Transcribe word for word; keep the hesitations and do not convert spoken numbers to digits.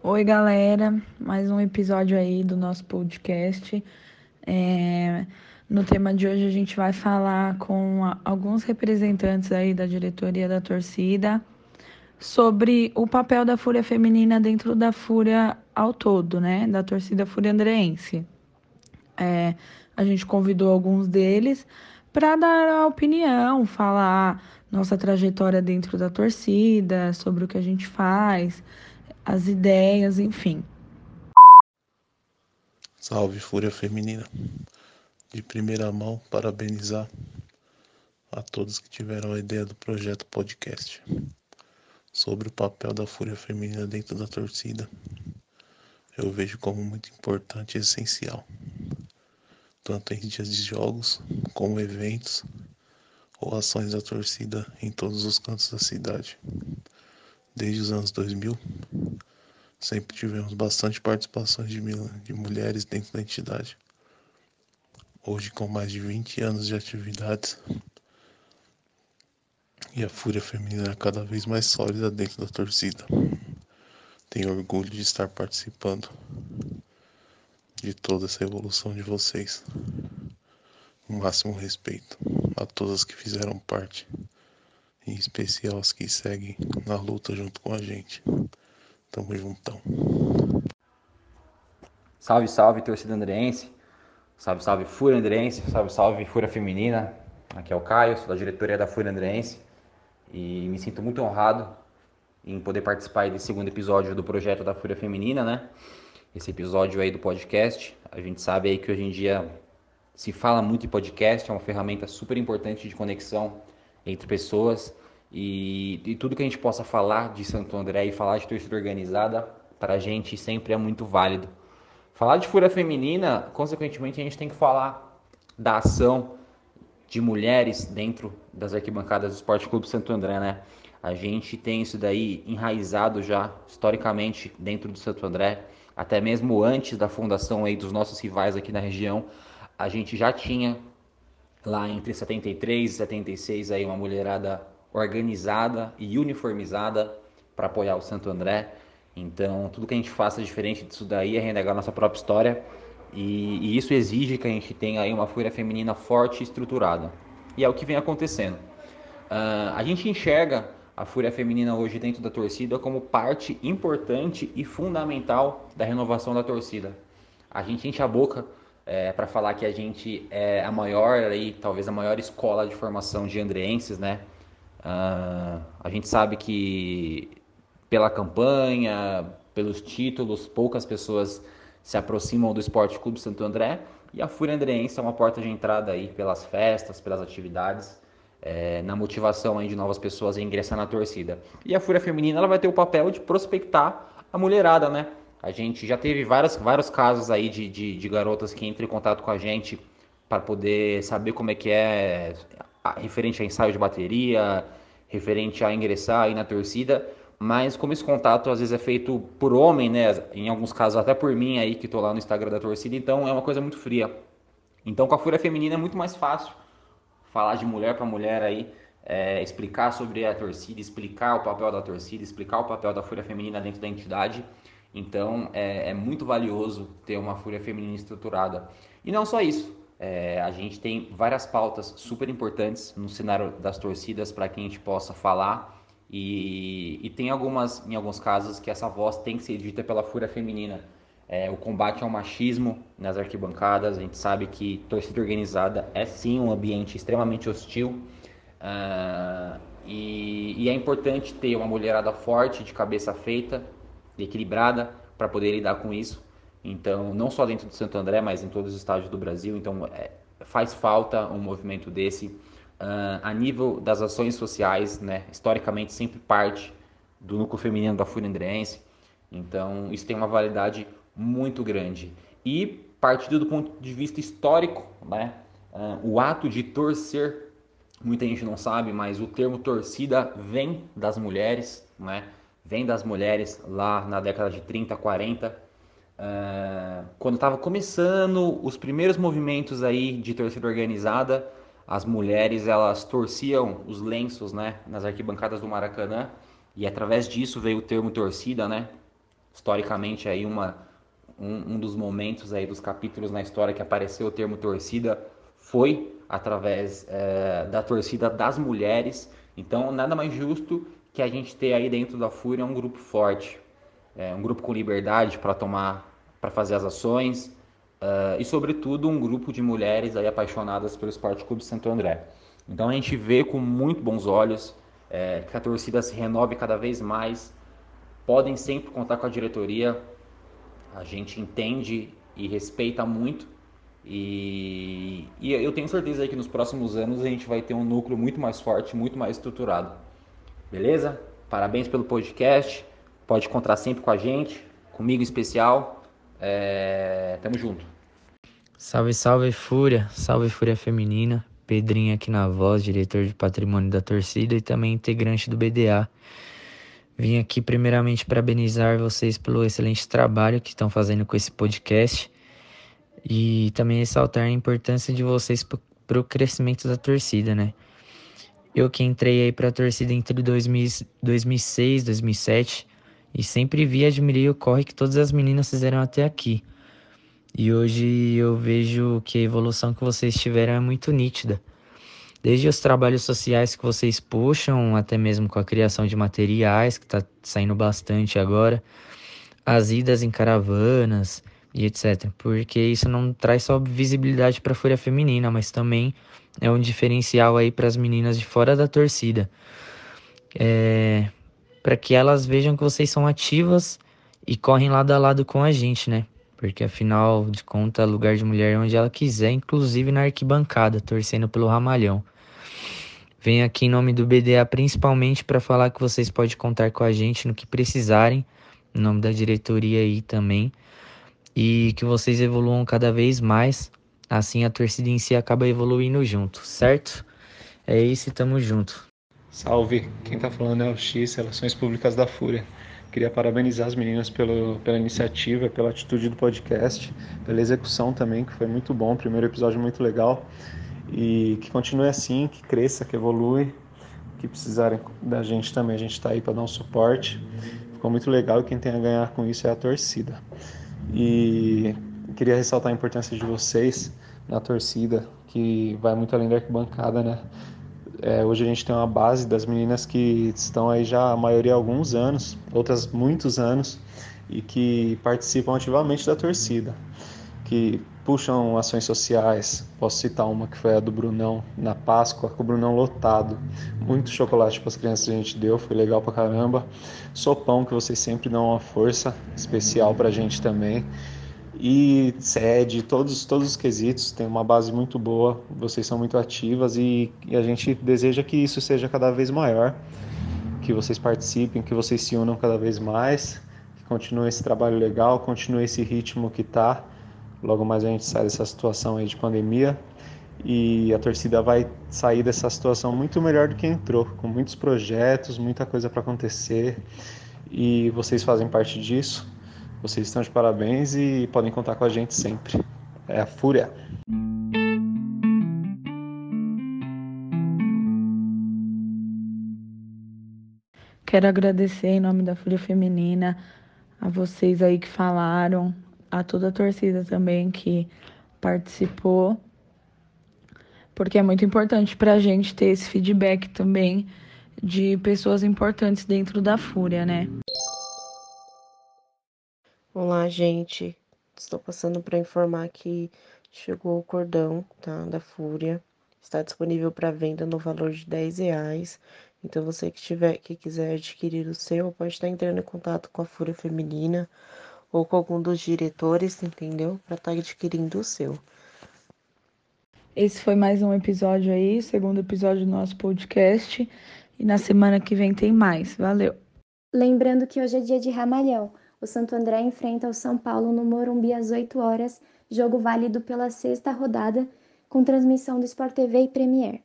Oi, galera, mais um episódio aí do nosso podcast. É, No tema de hoje a gente vai falar com a- alguns representantes aí da diretoria da torcida sobre o papel da Fúria Feminina dentro da Fúria ao todo, né? Da torcida Fúria Andreense. É, a gente convidou alguns deles para dar a opinião, falar nossa trajetória dentro da torcida, sobre o que a gente faz, as ideias, enfim. Salve, Fúria Feminina. De primeira mão, parabenizar a todos que tiveram a ideia do projeto podcast sobre o papel da Fúria Feminina dentro da torcida. Eu vejo como muito importante e essencial, tanto em dias de jogos, como eventos ou ações da torcida em todos os cantos da cidade. Desde os anos dois mil, sempre tivemos bastante participação de, de mulheres dentro da entidade. Hoje, com mais de vinte anos de atividades, e a fúria feminina é cada vez mais sólida dentro da torcida. Tenho orgulho de estar participando de toda essa evolução de vocês. O máximo respeito a todas que fizeram parte, em especial as que seguem na luta junto com a gente. Tamo juntão. Salve, salve, torcida andreense. Salve, salve, Fúria Andreense. Salve, salve, Fúria Feminina. Aqui é o Caio, sou da diretoria da Fúria Andreense. E me sinto muito honrado em poder participar desse segundo episódio do projeto da Fúria Feminina, né? Esse episódio aí do podcast. A gente sabe aí que hoje em dia se fala muito em podcast, é uma ferramenta super importante de conexão entre pessoas. E, e tudo que a gente possa falar de Santo André e falar de torcida organizada, pra gente sempre é muito válido. Falar de fúria feminina, consequentemente, a gente tem que falar da ação de mulheres dentro das arquibancadas do Esporte Clube Santo André, né? A gente tem isso daí enraizado já historicamente dentro do Santo André, até mesmo antes da fundação aí dos nossos rivais aqui na região, a gente já tinha lá entre setenta e três e setenta e seis aí uma mulherada organizada e uniformizada para apoiar o Santo André. Então, tudo que a gente faça diferente disso daí é renegar nossa própria história. E, e isso exige que a gente tenha aí uma fúria feminina forte e estruturada. E é o que vem acontecendo. Uh, a gente enxerga a fúria feminina hoje dentro da torcida como parte importante e fundamental da renovação da torcida. A gente enche a boca é, para falar que a gente é a maior, aí, talvez a maior escola de formação de andreenses, né? Uh, a gente sabe que pela campanha, pelos títulos, poucas pessoas se aproximam do Esporte Clube Santo André, e a Fúria Andreense é uma porta de entrada aí pelas festas, pelas atividades, é, na motivação aí de novas pessoas a ingressar na torcida. E a Fúria Feminina ela vai ter o papel de prospectar a mulherada, né? A gente já teve várias, vários casos aí de, de, de garotas que entram em contato com a gente para poder saber como é que é a, referente a ensaio de bateria, referente a ingressar aí na torcida, mas como esse contato às vezes é feito por homem, né, em alguns casos até por mim aí que tô lá no Instagram da torcida, então é uma coisa muito fria. Então com a Fúria Feminina é muito mais fácil falar de mulher para mulher aí, é, explicar sobre a torcida, explicar o papel da torcida, explicar o papel da Fúria Feminina dentro da entidade. Então é, é muito valioso ter uma Fúria Feminina estruturada. E não só isso, é, a gente tem várias pautas super importantes no cenário das torcidas para que a gente possa falar. E, e tem algumas, em alguns casos, que essa voz tem que ser dita pela Fúria Feminina. É, o combate ao machismo nas arquibancadas, a gente sabe que torcida organizada é sim um ambiente extremamente hostil, uh, e, e é importante ter uma mulherada forte, de cabeça feita, equilibrada, para poder lidar com isso. Então, não só dentro de Santo André, mas em todos os estádios do Brasil. Então, é, faz falta um movimento desse. Uh, a nível das ações sociais, né, historicamente sempre parte do núcleo feminino da Fúria Andreense. Então, isso tem uma validade muito grande. E, partindo do ponto de vista histórico, né, uh, o ato de torcer, muita gente não sabe, mas o termo torcida vem das mulheres, né, vem das mulheres lá na década de trinta, quarenta, uh, quando estava começando os primeiros movimentos aí de torcida organizada. As mulheres elas torciam os lenços, né, nas arquibancadas do Maracanã, e através disso veio o termo torcida, né? historicamente aí uma, um, um dos momentos aí dos capítulos na história que apareceu o termo torcida foi através é, da torcida das mulheres. Então nada mais justo que a gente ter aí dentro da Fúria um grupo forte, é, um grupo com liberdade para tomar, para fazer as ações, uh, e sobretudo um grupo de mulheres aí apaixonadas pelo Esporte Clube Santo André. Então a gente vê com muito bons olhos é, que a torcida se renove cada vez mais. Podem sempre contar com a diretoria, a gente entende e respeita muito, e, e eu tenho certeza aí que nos próximos anos a gente vai ter um núcleo muito mais forte, muito mais estruturado. Beleza? Parabéns pelo podcast. Pode contar sempre com a gente, comigo em especial. É... Tamo junto. Salve, salve Fúria, salve Fúria Feminina. Pedrinho aqui na voz, diretor de patrimônio da torcida e também integrante do B D A. Vim aqui primeiramente parabenizar vocês pelo excelente trabalho que estão fazendo com esse podcast e também ressaltar a importância de vocês para o crescimento da torcida, né? Eu que entrei aí para a torcida entre dois mil, dois mil e seis, dois mil e sete e sempre vi e admirei o corre que todas as meninas fizeram até aqui. E hoje eu vejo que a evolução que vocês tiveram é muito nítida. Desde os trabalhos sociais que vocês puxam, até mesmo com a criação de materiais, que está saindo bastante agora, as idas em caravanas e etcétera. Porque isso não traz só visibilidade para a Fúria Feminina, mas também é um diferencial aí para as meninas de fora da torcida. É, para que elas vejam que vocês são ativas e correm lado a lado com a gente, né? Porque afinal de contas, lugar de mulher é onde ela quiser, inclusive na arquibancada, torcendo pelo Ramalhão. Venho aqui em nome do B D A principalmente para falar que vocês podem contar com a gente no que precisarem, em nome da diretoria aí também, e que vocês evoluam cada vez mais, assim a torcida em si acaba evoluindo junto, certo? É isso e tamo junto. Salve, quem tá falando é o X, Relações Públicas da Fúria. Queria parabenizar as meninas pelo, pela iniciativa, pela atitude do podcast, pela execução também, que foi muito bom, primeiro episódio muito legal. E que continue assim, que cresça, que evolui, que precisarem da gente também, a gente está aí para dar um suporte. Ficou muito legal e quem tem a ganhar com isso é a torcida. E queria ressaltar a importância de vocês na torcida, que vai muito além da arquibancada, né? É, hoje a gente tem uma base das meninas que estão aí já, a maioria há alguns anos, outras muitos anos, e que participam ativamente da torcida, que puxam ações sociais. Posso citar uma que foi a do Brunão, na Páscoa, com o Brunão lotado. Muito chocolate para as crianças a gente deu, foi legal pra caramba. Sopão, que vocês sempre dão uma força especial pra gente também. E sede, todos, todos os quesitos, tem uma base muito boa, vocês são muito ativas e, e a gente deseja que isso seja cada vez maior, que vocês participem, que vocês se unam cada vez mais, que continue esse trabalho legal, continue esse ritmo que tá. Logo mais a gente sai dessa situação aí de pandemia e a torcida vai sair dessa situação muito melhor do que entrou, com muitos projetos, muita coisa para acontecer e vocês fazem parte disso. Vocês estão de parabéns e podem contar com a gente sempre. É a Fúria. Quero agradecer em nome da Fúria Feminina a vocês aí que falaram, a toda a torcida também que participou, porque é muito importante para a gente ter esse feedback também de pessoas importantes dentro da Fúria, né? Olá, gente. Estou passando para informar que chegou o cordão, tá, da Fúria. Está disponível para venda no valor de dez reais. Então, você que tiver, que quiser adquirir o seu, pode estar entrando em contato com a Fúria Feminina ou com algum dos diretores, entendeu? Para estar adquirindo o seu. Esse foi mais um episódio aí, segundo episódio do nosso podcast. E na semana que vem tem mais. Valeu! Lembrando que hoje é dia de Ramalhão. O Santo André enfrenta o São Paulo no Morumbi às oito horas, jogo válido pela sexta rodada, com transmissão do Sport T V e Premier.